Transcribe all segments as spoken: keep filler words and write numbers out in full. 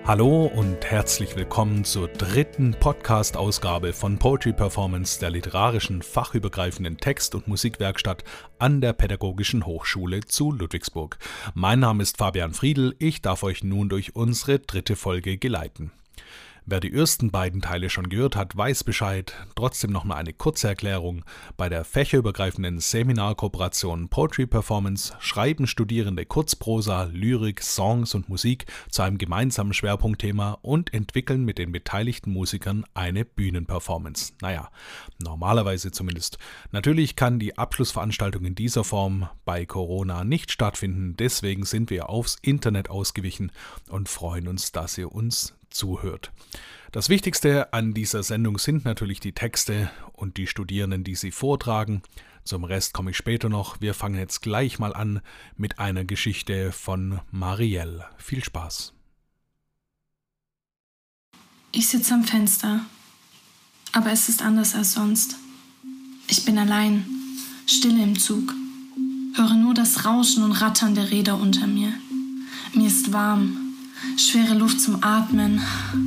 Hallo und herzlich willkommen zur dritten Podcast-Ausgabe von Poetry Performance, der literarischen fachübergreifenden Text- und Musikwerkstatt an der Pädagogischen Hochschule zu Ludwigsburg. Mein Name ist Fabian Friedl, ich darf euch nun durch unsere dritte Folge geleiten. Wer die ersten beiden Teile schon gehört hat, weiß Bescheid. Trotzdem noch mal eine kurze Erklärung. Bei der fächerübergreifenden Seminarkooperation Poetry Performance schreiben Studierende Kurzprosa, Lyrik, Songs und Musik zu einem gemeinsamen Schwerpunktthema und entwickeln mit den beteiligten Musikern eine Bühnenperformance. Naja, normalerweise zumindest. Natürlich kann die Abschlussveranstaltung in dieser Form bei Corona nicht stattfinden. Deswegen sind wir aufs Internet ausgewichen und freuen uns, dass ihr uns zuhört. Das Wichtigste an dieser Sendung sind natürlich die Texte und die Studierenden, die sie vortragen. Zum Rest komme ich später noch. Wir fangen jetzt gleich mal an mit einer Geschichte von Marielle. Viel Spaß. Ich sitze am Fenster, aber es ist anders als sonst. Ich bin allein, Stille im Zug, höre nur das Rauschen und Rattern der Räder unter mir. Mir ist warm. Schwere Luft zum Atmen.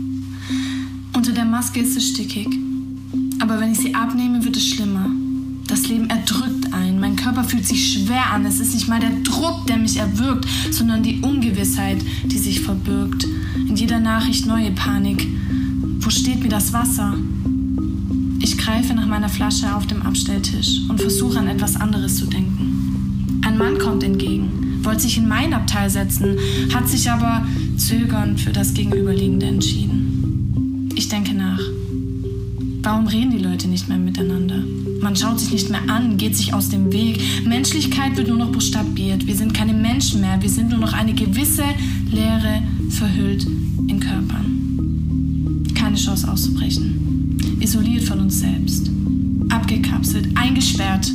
Unter der Maske ist es stickig. Aber wenn ich sie abnehme, wird es schlimmer. Das Leben erdrückt einen. Mein Körper fühlt sich schwer an. Es ist nicht mal der Druck, der mich erwürgt, sondern die Ungewissheit, die sich verbirgt. In jeder Nachricht neue Panik. Wo steht mir das Wasser? Ich greife nach meiner Flasche auf dem Abstelltisch und versuche an etwas anderes zu denken. Ein Mann kommt entgegen, wollte sich in mein Abteil setzen, hat sich aber zögernd für das Gegenüberliegende entschieden. Ich denke nach. Warum reden die Leute nicht mehr miteinander? Man schaut sich nicht mehr an, geht sich aus dem Weg. Menschlichkeit wird nur noch buchstabiert. Wir sind keine Menschen mehr. Wir sind nur noch eine gewisse Leere, verhüllt in Körpern. Keine Chance auszubrechen. Isoliert von uns selbst. Abgekapselt, eingesperrt.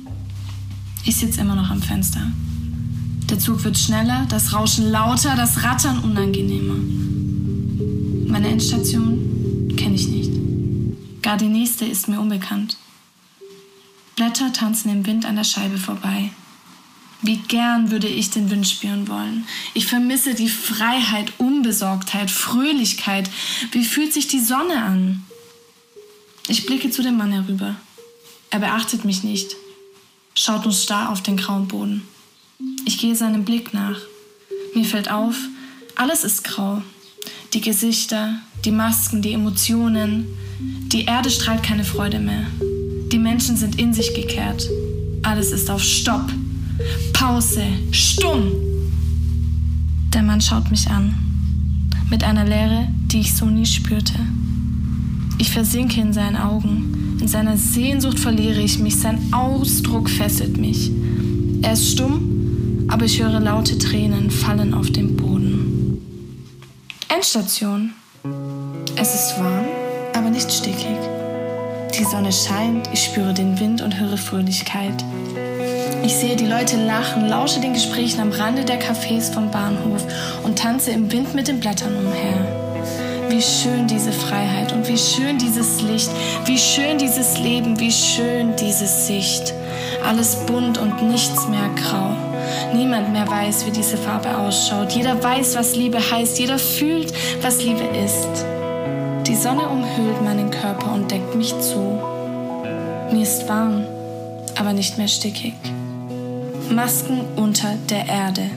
Ich sitze immer noch am Fenster. Der Zug wird schneller, das Rauschen lauter, das Rattern unangenehmer. Meine Endstation kenne ich nicht. Gar die nächste ist mir unbekannt. Blätter tanzen im Wind an der Scheibe vorbei. Wie gern würde ich den Wind spüren wollen. Ich vermisse die Freiheit, Unbesorgtheit, Fröhlichkeit. Wie fühlt sich die Sonne an? Ich blicke zu dem Mann herüber. Er beachtet mich nicht, schaut uns starr auf den grauen Boden. Ich gehe seinem Blick nach. Mir fällt auf, alles ist grau. Die Gesichter, die Masken, die Emotionen. Die Erde strahlt keine Freude mehr. Die Menschen sind in sich gekehrt. Alles ist auf Stopp. Pause. Stumm. Der Mann schaut mich an. Mit einer Leere, die ich so nie spürte. Ich versinke in seinen Augen. In seiner Sehnsucht verliere ich mich. Sein Ausdruck fesselt mich. Er ist stumm, aber ich höre laute Tränen fallen auf den Boden. Endstation. Es ist warm, aber nicht stickig. Die Sonne scheint, ich spüre den Wind und höre Fröhlichkeit. Ich sehe die Leute lachen, lausche den Gesprächen am Rande der Cafés vom Bahnhof und tanze im Wind mit den Blättern umher. Wie schön diese Freiheit und wie schön dieses Licht, wie schön dieses Leben, wie schön diese Sicht. Alles bunt und nichts mehr grau. Niemand mehr weiß, wie diese Farbe ausschaut. Jeder weiß, was Liebe heißt. Jeder fühlt, was Liebe ist. Die Sonne umhüllt meinen Körper und deckt mich zu. Mir ist warm, aber nicht mehr stickig. Masken unter der Erde.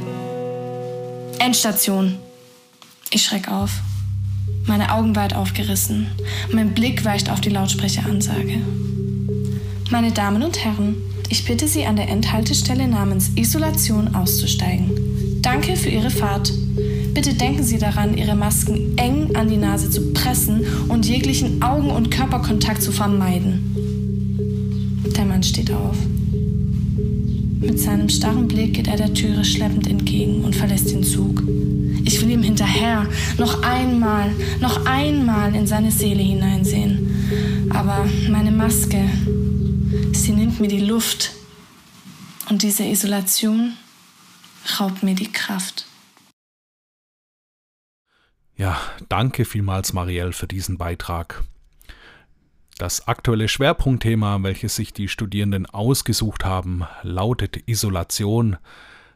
Endstation. Ich schreck auf. Meine Augen weit aufgerissen. Mein Blick weicht auf die Lautsprecheransage. Meine Damen und Herren, ich bitte Sie, an der Endhaltestelle namens Isolation auszusteigen. Danke für Ihre Fahrt. Bitte denken Sie daran, Ihre Masken eng an die Nase zu pressen und jeglichen Augen- und Körperkontakt zu vermeiden. Der Mann steht auf. Mit seinem starren Blick geht er der Türe schleppend entgegen und verlässt den Zug. Ich will ihm hinterher, noch einmal, noch einmal in seine Seele hineinsehen. Aber meine Maske, sie nimmt mir die Luft und diese Isolation raubt mir die Kraft. Ja, danke vielmals Marielle für diesen Beitrag. Das aktuelle Schwerpunktthema, welches sich die Studierenden ausgesucht haben, lautet Isolation.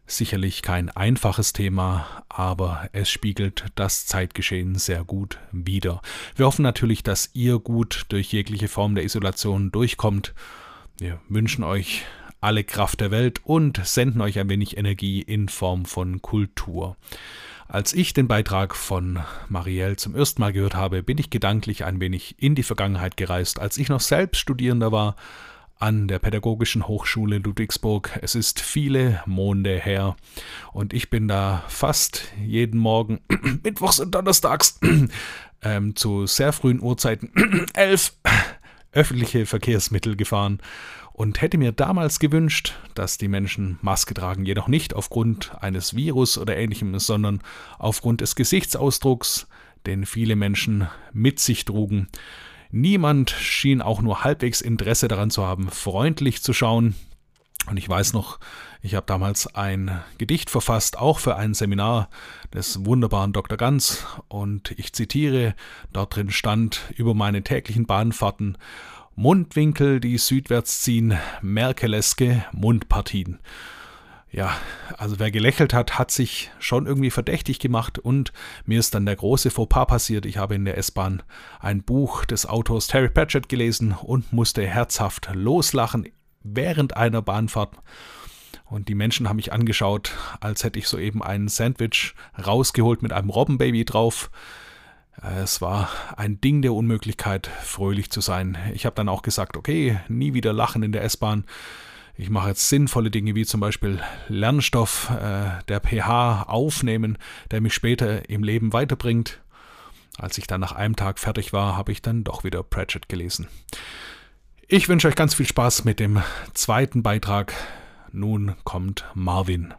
Sicherlich kein einfaches Thema, aber es spiegelt das Zeitgeschehen sehr gut wider. Wir hoffen natürlich, dass ihr gut durch jegliche Form der Isolation durchkommt. Wir wünschen euch alle Kraft der Welt und senden euch ein wenig Energie in Form von Kultur. Als ich den Beitrag von Marielle zum ersten Mal gehört habe, bin ich gedanklich ein wenig in die Vergangenheit gereist, als ich noch selbst Studierender war an der Pädagogischen Hochschule Ludwigsburg. Es ist viele Monde her und ich bin da fast jeden Morgen, mittwochs und donnerstags, ähm, zu sehr frühen Uhrzeiten, elf, öffentliche Verkehrsmittel gefahren und hätte mir damals gewünscht, dass die Menschen Maske tragen, jedoch nicht aufgrund eines Virus oder Ähnlichem, sondern aufgrund des Gesichtsausdrucks, den viele Menschen mit sich trugen. Niemand schien auch nur halbwegs Interesse daran zu haben, freundlich zu schauen. Und ich weiß noch, ich habe damals ein Gedicht verfasst, auch für ein Seminar des wunderbaren Doktor Ganz. Und ich zitiere, dort drin stand über meine täglichen Bahnfahrten: Mundwinkel, die südwärts ziehen, merkeleske Mundpartien. Ja, also wer gelächelt hat, hat sich schon irgendwie verdächtig gemacht und mir ist dann der große Fauxpas passiert. Ich habe in der S-Bahn ein Buch des Autors Terry Pratchett gelesen und musste herzhaft loslachen während einer Bahnfahrt. Und die Menschen haben mich angeschaut, als hätte ich soeben ein Sandwich rausgeholt mit einem Robbenbaby drauf. Es war ein Ding der Unmöglichkeit, fröhlich zu sein. Ich habe dann auch gesagt, okay, nie wieder lachen in der S-Bahn. Ich mache jetzt sinnvolle Dinge wie zum Beispiel Lernstoff äh, der P H aufnehmen, der mich später im Leben weiterbringt. Als ich dann nach einem Tag fertig war, habe ich dann doch wieder Pratchett gelesen. Ich wünsche euch ganz viel Spaß mit dem zweiten Beitrag. Nun kommt Marvin.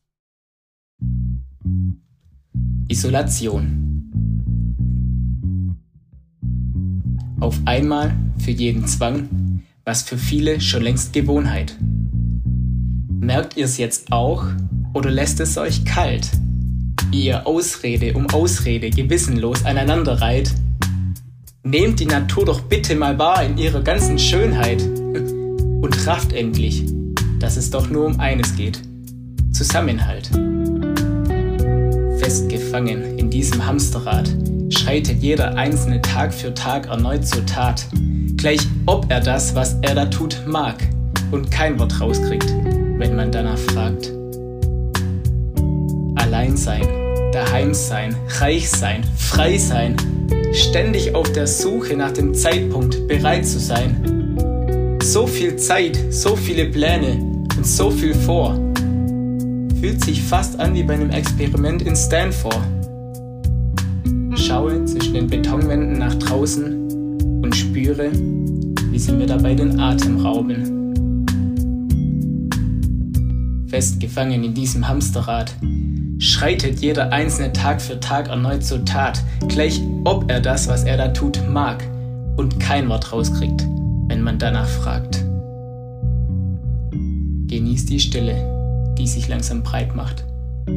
Isolation. Auf einmal für jeden Zwang, was für viele schon längst Gewohnheit. Merkt ihr es jetzt auch oder lässt es euch kalt, wie ihr Ausrede um Ausrede gewissenlos aneinander reiht? Nehmt die Natur doch bitte mal wahr in ihrer ganzen Schönheit und rafft endlich, dass es doch nur um eines geht: Zusammenhalt. Festgefangen in diesem Hamsterrad schreitet jeder einzelne Tag für Tag erneut zur Tat, gleich ob er das, was er da tut, mag und kein Wort rauskriegt, wenn man danach fragt. Allein sein, daheim sein, reich sein, frei sein, ständig auf der Suche nach dem Zeitpunkt bereit zu sein. So viel Zeit, so viele Pläne und so viel vor. Fühlt sich fast an wie bei einem Experiment in Stanford. Schaue zwischen den Betonwänden nach draußen und spüre, wie sie mir dabei den Atem rauben. Festgefangen in diesem Hamsterrad schreitet jeder einzelne Tag für Tag erneut zur Tat, gleich ob er das, was er da tut, mag und kein Wort rauskriegt, wenn man danach fragt. Genießt die Stille, die sich langsam breit macht.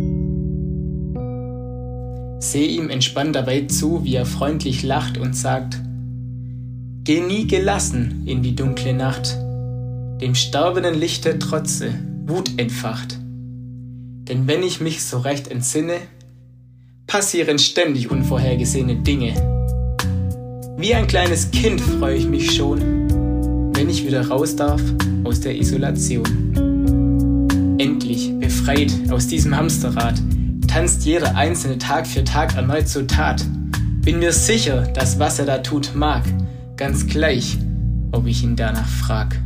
Seh ihm entspannt dabei zu, wie er freundlich lacht und sagt: Geh nie gelassen in die dunkle Nacht, dem sterbenden Lichte trotze, Wut entfacht. Denn wenn ich mich so recht entsinne, passieren ständig unvorhergesehene Dinge. Wie ein kleines Kind freue ich mich schon, wenn ich wieder raus darf aus der Isolation. Endlich befreit aus diesem Hamsterrad tanzt jeder einzelne Tag für Tag erneut zur Tat. Bin mir sicher, dass was er da tut mag, ganz gleich, ob ich ihn danach frag.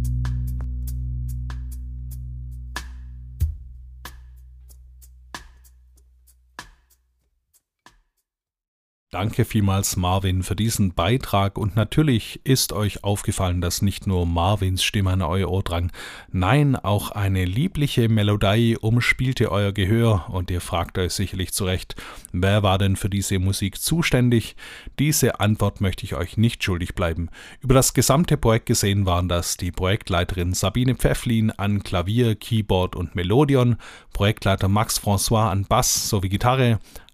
Danke vielmals, Marvin, für diesen Beitrag. Und natürlich ist euch aufgefallen, dass nicht nur Marvins Stimme an euer Ohr drang. Nein, auch eine liebliche Melodie umspielte euer Gehör und ihr fragt euch sicherlich zu Recht, wer war denn für diese Musik zuständig? Diese Antwort möchte ich euch nicht schuldig bleiben. Über das gesamte Projekt gesehen waren das die Projektleiterin Sabine Pfefflin an Klavier, Keyboard und Melodion, Projektleiter Max François an Bass sowie Gitarre,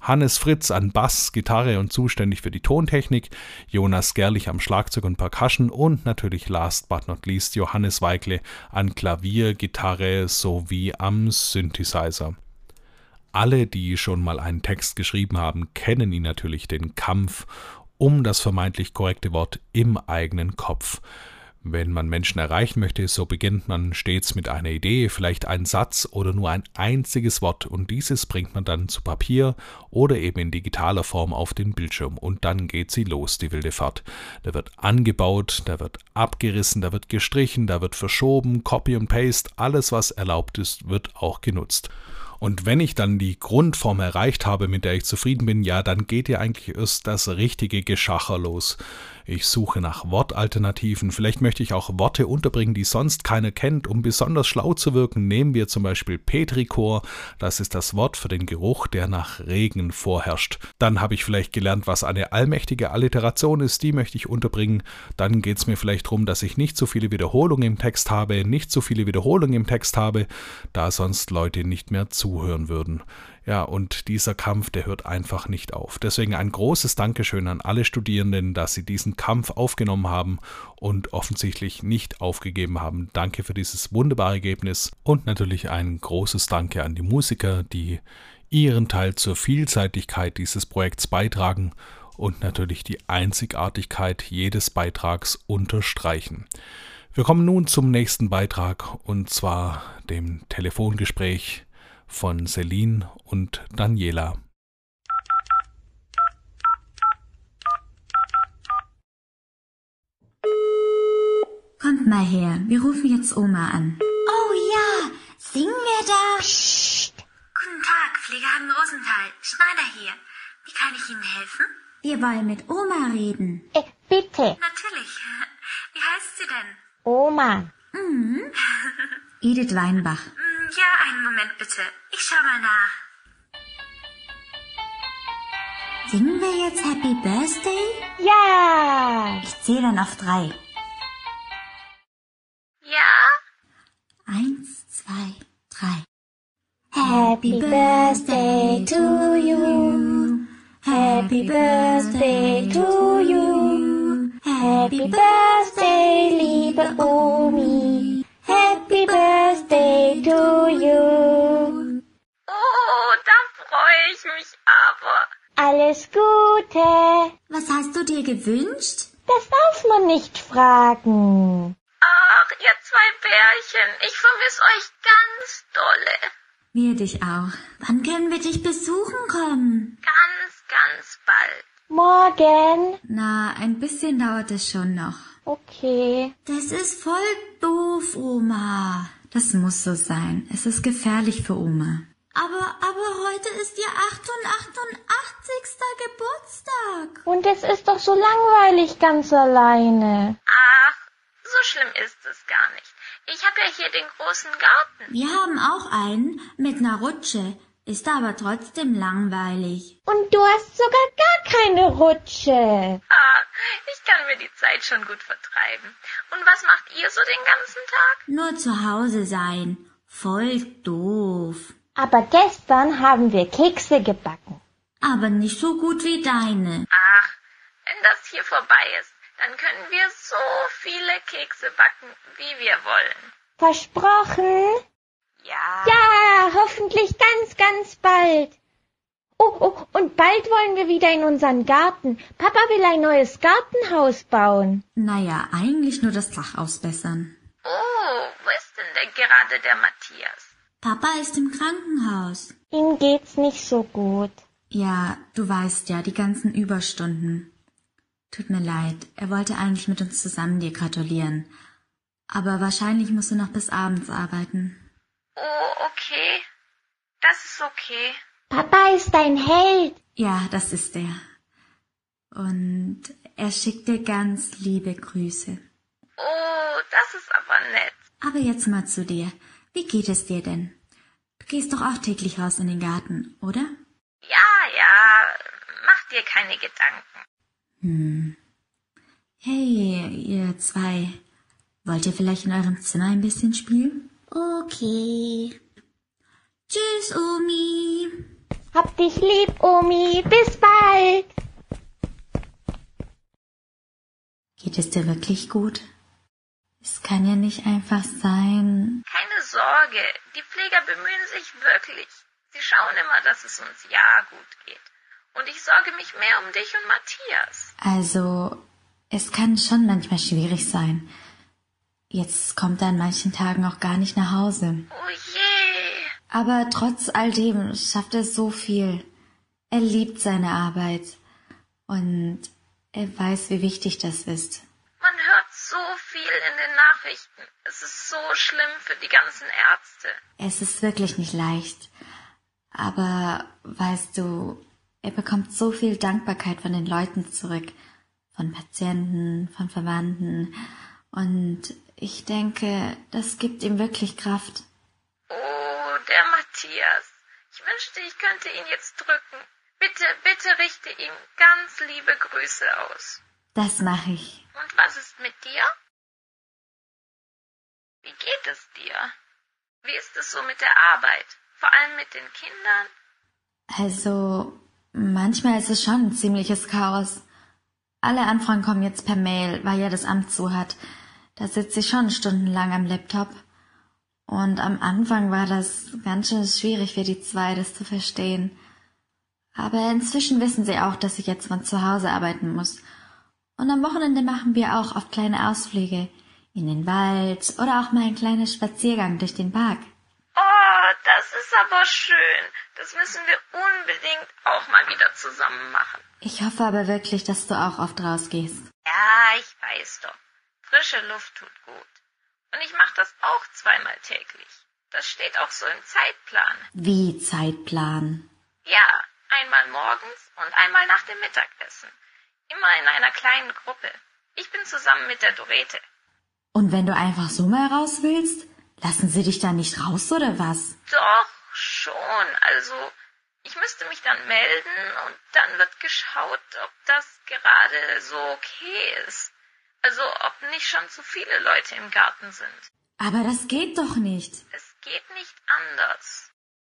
Hannes Fritz an Bass, Gitarre und zuständig für die Tontechnik, Jonas Gerlich am Schlagzeug und Percussion und natürlich last but not least Johannes Weigle an Klavier, Gitarre sowie am Synthesizer. Alle, die schon mal einen Text geschrieben haben, kennen ihn natürlich, den Kampf um das vermeintlich korrekte Wort im eigenen Kopf. Wenn man Menschen erreichen möchte, so beginnt man stets mit einer Idee, vielleicht ein Satz oder nur ein einziges Wort und dieses bringt man dann zu Papier oder eben in digitaler Form auf den Bildschirm und dann geht sie los, die wilde Fahrt. Da wird angebaut, da wird abgerissen, da wird gestrichen, da wird verschoben, Copy und Paste, alles was erlaubt ist, wird auch genutzt. Und wenn ich dann die Grundform erreicht habe, mit der ich zufrieden bin, ja, dann geht ja eigentlich erst das richtige Geschacher los. Ich suche nach Wortalternativen. Vielleicht möchte ich auch Worte unterbringen, die sonst keiner kennt. Um besonders schlau zu wirken, nehmen wir zum Beispiel Petrichor. Das ist das Wort für den Geruch, der nach Regen vorherrscht. Dann habe ich vielleicht gelernt, was eine allmächtige Alliteration ist. Die möchte ich unterbringen. Dann geht es mir vielleicht darum, dass ich nicht so viele Wiederholungen im Text habe, nicht so viele Wiederholungen im Text habe, da sonst Leute nicht mehr zuhören würden. Ja, und dieser Kampf, der hört einfach nicht auf. Deswegen ein großes Dankeschön an alle Studierenden, dass sie diesen Kampf aufgenommen haben und offensichtlich nicht aufgegeben haben. Danke für dieses wunderbare Ergebnis und natürlich ein großes Danke an die Musiker, die ihren Teil zur Vielseitigkeit dieses Projekts beitragen und natürlich die Einzigartigkeit jedes Beitrags unterstreichen. Wir kommen nun zum nächsten Beitrag und zwar dem Telefongespräch von Celine und Daniela. Kommt mal her, wir rufen jetzt Oma an. Oh ja, singen wir da? Psst. Guten Tag, Pflegeheim Rosenthal, Schneider hier. Wie kann ich Ihnen helfen? Wir wollen mit Oma reden. Äh, bitte. Natürlich. Wie heißt sie denn? Oma. Mhm. Edith Weinbach. Ja, einen Moment bitte. Ich schau mal nach. Singen wir jetzt Happy Birthday? Ja. Ich zähle dann auf drei. Ja? Eins, zwei, drei. Happy Birthday to you. Happy Birthday to you. Happy Birthday, liebe Omi. Happy Birthday to you. Oh, da freue ich mich aber. Alles Gute. Was hast du dir gewünscht? Das darf man nicht fragen. Ach, ihr zwei Bärchen, ich vermisse euch ganz dolle. Wir dich auch. Wann können wir dich besuchen kommen? Ganz, ganz bald. Morgen. Na, ein bisschen dauert es schon noch. Okay. Das ist voll doof, Oma. Das muss so sein. Es ist gefährlich für Oma. Aber, aber heute ist ihr achtundachtzigster Geburtstag. Und es ist doch so langweilig ganz alleine. Ach, so schlimm ist es gar nicht. Ich habe ja hier den großen Garten. Wir haben auch einen mit einer Rutsche. Ist aber trotzdem langweilig. Und du hast sogar gar keine Rutsche. Ah, ich kann mir die Zeit schon gut vertreiben. Und was macht ihr so den ganzen Tag? Nur zu Hause sein. Voll doof. Aber gestern haben wir Kekse gebacken. Aber nicht so gut wie deine. Ach, wenn das hier vorbei ist, dann können wir so viele Kekse backen, wie wir wollen. Versprochen? Ja. Ja, hoffentlich ganz, ganz bald. Oh, oh, und bald wollen wir wieder in unseren Garten. Papa will ein neues Gartenhaus bauen. Naja, eigentlich nur das Dach ausbessern. Oh, wo ist denn denn gerade der Matthias? Papa ist im Krankenhaus. Ihm geht's nicht so gut. Ja, du weißt ja, die ganzen Überstunden. Tut mir leid, er wollte eigentlich mit uns zusammen dir gratulieren. Aber wahrscheinlich musst du noch bis abends arbeiten. Oh, okay. Das ist okay. Papa ist ein Held. Ja, das ist er. Und er schickt dir ganz liebe Grüße. Oh, das ist aber nett. Aber jetzt mal zu dir. Wie geht es dir denn? Du gehst doch auch täglich raus in den Garten, oder? Ja, ja, mach dir keine Gedanken. Hm. Hey, ihr zwei. Wollt ihr vielleicht in eurem Zimmer ein bisschen spielen? Okay. Tschüss, Omi. Hab dich lieb, Omi. Bis bald. Geht es dir wirklich gut? Es kann ja nicht einfach sein. Keine Sorge, die Pfleger bemühen sich wirklich. Sie schauen immer, dass es uns ja gut geht. Und ich sorge mich mehr um dich und Matthias. Also, es kann schon manchmal schwierig sein. Jetzt kommt er an manchen Tagen auch gar nicht nach Hause. Oh je. Aber trotz all dem schafft er so viel. Er liebt seine Arbeit. Und er weiß, wie wichtig das ist. Man hört so viel in den Nachrichten. Es ist so schlimm für die ganzen Ärzte. Es ist wirklich nicht leicht. Aber, weißt du, er bekommt so viel Dankbarkeit von den Leuten zurück. Von Patienten, von Verwandten. Und ich denke, das gibt ihm wirklich Kraft. Oh, der Matthias. Ich wünschte, ich könnte ihn jetzt drücken. Bitte, bitte richte ihm ganz liebe Grüße aus. Das mache ich. Und was ist mit dir? Wie geht es dir? Wie ist es so mit der Arbeit? Vor allem mit den Kindern? Also, manchmal ist es schon ein ziemliches Chaos. Alle Anfragen kommen jetzt per Mail, weil ja das Amt zu hat. Da sitze ich schon stundenlang am Laptop. Und am Anfang war das ganz schön schwierig für die zwei, das zu verstehen. Aber inzwischen wissen sie auch, dass ich jetzt von zu Hause arbeiten muss. Und am Wochenende machen wir auch oft kleine Ausflüge in den Wald oder auch mal ein kleiner Spaziergang durch den Park. Oh, das ist aber schön. Das müssen wir unbedingt auch mal wieder zusammen machen. Ich hoffe aber wirklich, dass du auch oft rausgehst. Ja, ich weiß doch. Frische Luft tut gut. Und ich mache das auch zweimal täglich. Das steht auch so im Zeitplan. Wie Zeitplan? Ja, einmal morgens und einmal nach dem Mittagessen. Immer in einer kleinen Gruppe. Ich bin zusammen mit der Dorete. Und wenn du einfach so mal raus willst, lassen sie dich da nicht raus oder was? Doch, schon. Also, ich müsste mich dann melden und dann wird geschaut, ob das gerade so okay ist. Also, ob nicht schon zu viele Leute im Garten sind. Aber das geht doch nicht. Es geht nicht anders.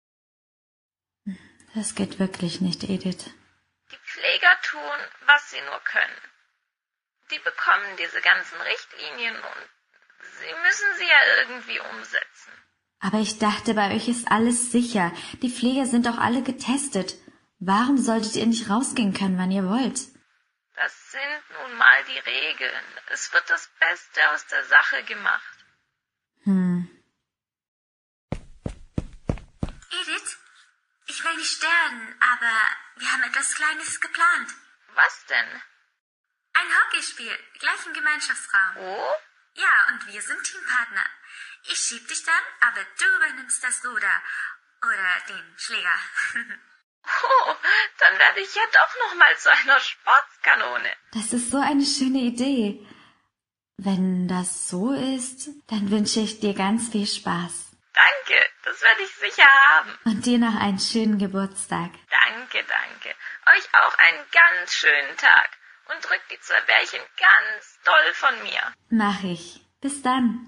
Das geht wirklich nicht, Edith. Die Pfleger tun, was sie nur können. Die bekommen diese ganzen Richtlinien und sie müssen sie ja irgendwie umsetzen. Aber ich dachte, bei euch ist alles sicher. Die Pfleger sind doch alle getestet. Warum solltet ihr nicht rausgehen können, wann ihr wollt? Das sind nun mal die Regeln. Es wird das Beste aus der Sache gemacht. Hm. Edith, ich will nicht stören, aber wir haben etwas Kleines geplant. Was denn? Ein Hockeyspiel, gleich im Gemeinschaftsraum. Oh? Ja, und wir sind Teampartner. Ich schieb dich dann, aber du übernimmst das Ruder. Oder den Schläger. Oh, dann werde ich ja doch noch mal zu einer Sportskanone. Das ist so eine schöne Idee. Wenn das so ist, dann wünsche ich dir ganz viel Spaß. Danke, das werde ich sicher haben. Und dir noch einen schönen Geburtstag. Danke, danke. Euch auch einen ganz schönen Tag. Und drückt die zwei Bärchen ganz doll von mir. Mach ich. Bis dann.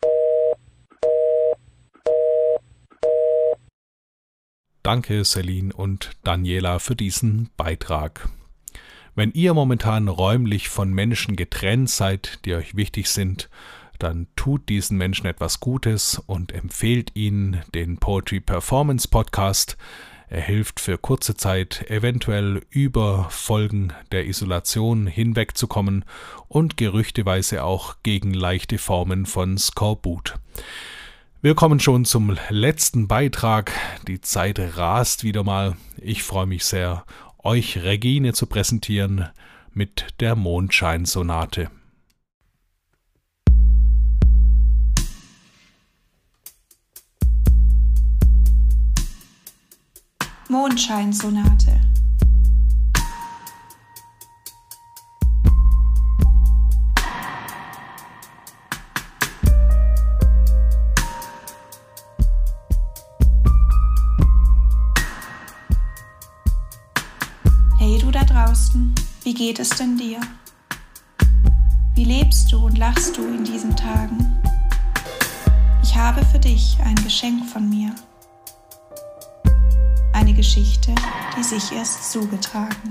Danke Celine und Daniela für diesen Beitrag. Wenn ihr momentan räumlich von Menschen getrennt seid, die euch wichtig sind, dann tut diesen Menschen etwas Gutes und empfehlt ihnen den Poetry Performance Podcast. Er hilft für kurze Zeit eventuell über Folgen der Isolation hinwegzukommen und gerüchteweise auch gegen leichte Formen von Skorbut. Wir kommen schon zum letzten Beitrag. Die Zeit rast wieder mal. Ich freue mich sehr, euch Regine zu präsentieren mit der Mondscheinsonate. Mondscheinsonate. Hey du da draußen, wie geht es denn dir? Wie lebst du und lachst du in diesen Tagen? Ich habe für dich ein Geschenk von mir. Eine Geschichte, die sich erst zugetragen.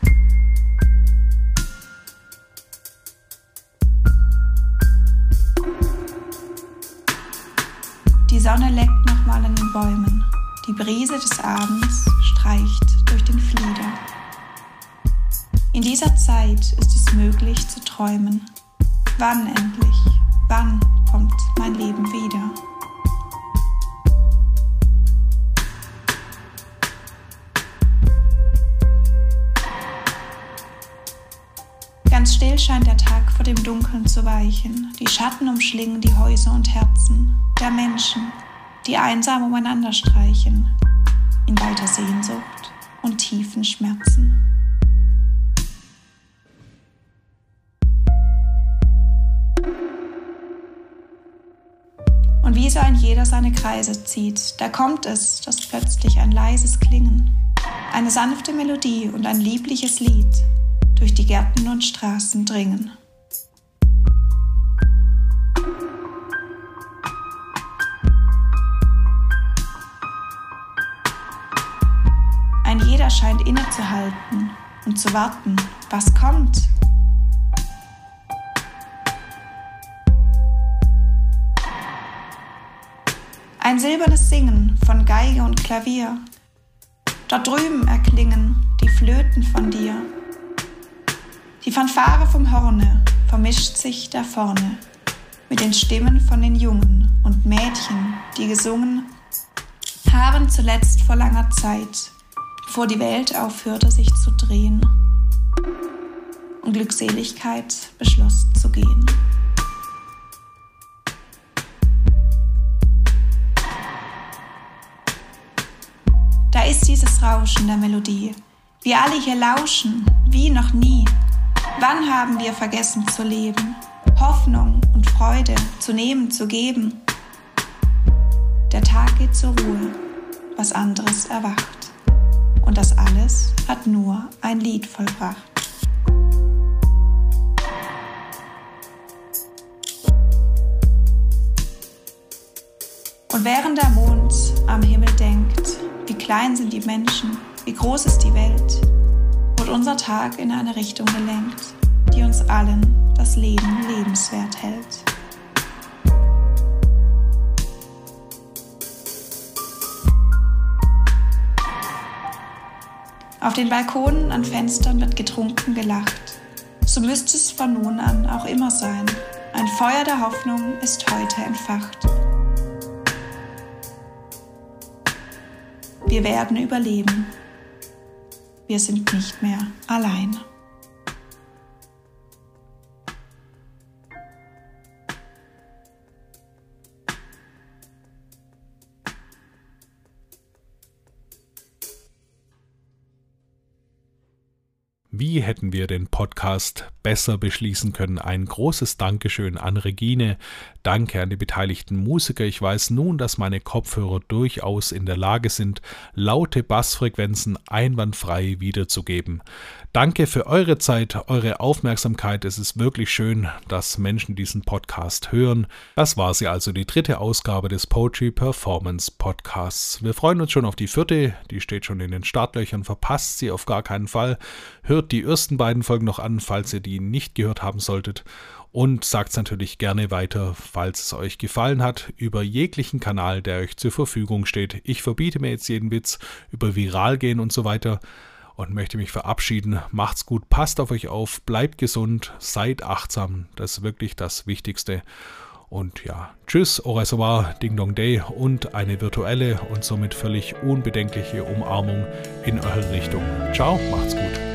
Die Sonne leckt nochmal an den Bäumen. Die Brise des Abends streicht durch den Flieder. In dieser Zeit ist es möglich zu träumen. Wann endlich? Wann kommt mein Leben wieder? Ganz still scheint der Tag vor dem Dunkeln zu weichen. Die Schatten umschlingen die Häuser und Herzen der Menschen, die einsam umeinander streichen, in weiter Sehnsucht und tiefen Schmerzen. Und wie so ein jeder seine Kreise zieht, da kommt es, dass plötzlich ein leises Klingen, eine sanfte Melodie und ein liebliches Lied durch die Gärten und Straßen dringen. Ein jeder scheint innezuhalten und zu warten, was kommt. Ein silbernes Singen von Geige und Klavier. Dort drüben erklingen die Flöten von dir. Die Fanfare vom Horne vermischt sich da vorne mit den Stimmen von den Jungen und Mädchen, die gesungen haben zuletzt vor langer Zeit, bevor die Welt aufhörte sich zu drehen und Glückseligkeit beschloss zu gehen. Da ist dieses Rauschen der Melodie. Wir alle hier lauschen, wie noch nie. Wann haben wir vergessen zu leben? Hoffnung und Freude zu nehmen, zu geben. Der Tag geht zur Ruhe, was anderes erwacht. Und das alles hat nur ein Lied vollbracht. Und während der Mond am Himmel denkt, wie klein sind die Menschen, wie groß ist die Welt, wird unser Tag in eine Richtung gelenkt, die uns allen das Leben lebenswert hält. Auf den Balkonen an Fenstern wird getrunken gelacht. So müsste es von nun an auch immer sein. Ein Feuer der Hoffnung ist heute entfacht. Wir werden überleben. Wir sind nicht mehr allein. Wie hätten wir den Podcast besser beschließen können? Ein großes Dankeschön an Regine. Danke an die beteiligten Musiker. Ich weiß nun, dass meine Kopfhörer durchaus in der Lage sind, laute Bassfrequenzen einwandfrei wiederzugeben. Danke für eure Zeit, eure Aufmerksamkeit. Es ist wirklich schön, dass Menschen diesen Podcast hören. Das war sie also, die dritte Ausgabe des Poetry Performance Podcasts. Wir freuen uns schon auf die vierte. Die steht schon in den Startlöchern. Verpasst sie auf gar keinen Fall. Hört die ersten beiden Folgen noch an, falls ihr die nicht gehört haben solltet. Und sagt es natürlich gerne weiter, falls es euch gefallen hat, über jeglichen Kanal, der euch zur Verfügung steht. Ich verbiete mir jetzt jeden Witz über viral gehen und so weiter und möchte mich verabschieden. Macht's gut, passt auf euch auf, bleibt gesund, seid achtsam. Das ist wirklich das Wichtigste. Und ja, tschüss, au revoir, Ding Dong Day und eine virtuelle und somit völlig unbedenkliche Umarmung in eure Richtung. Ciao, macht's gut.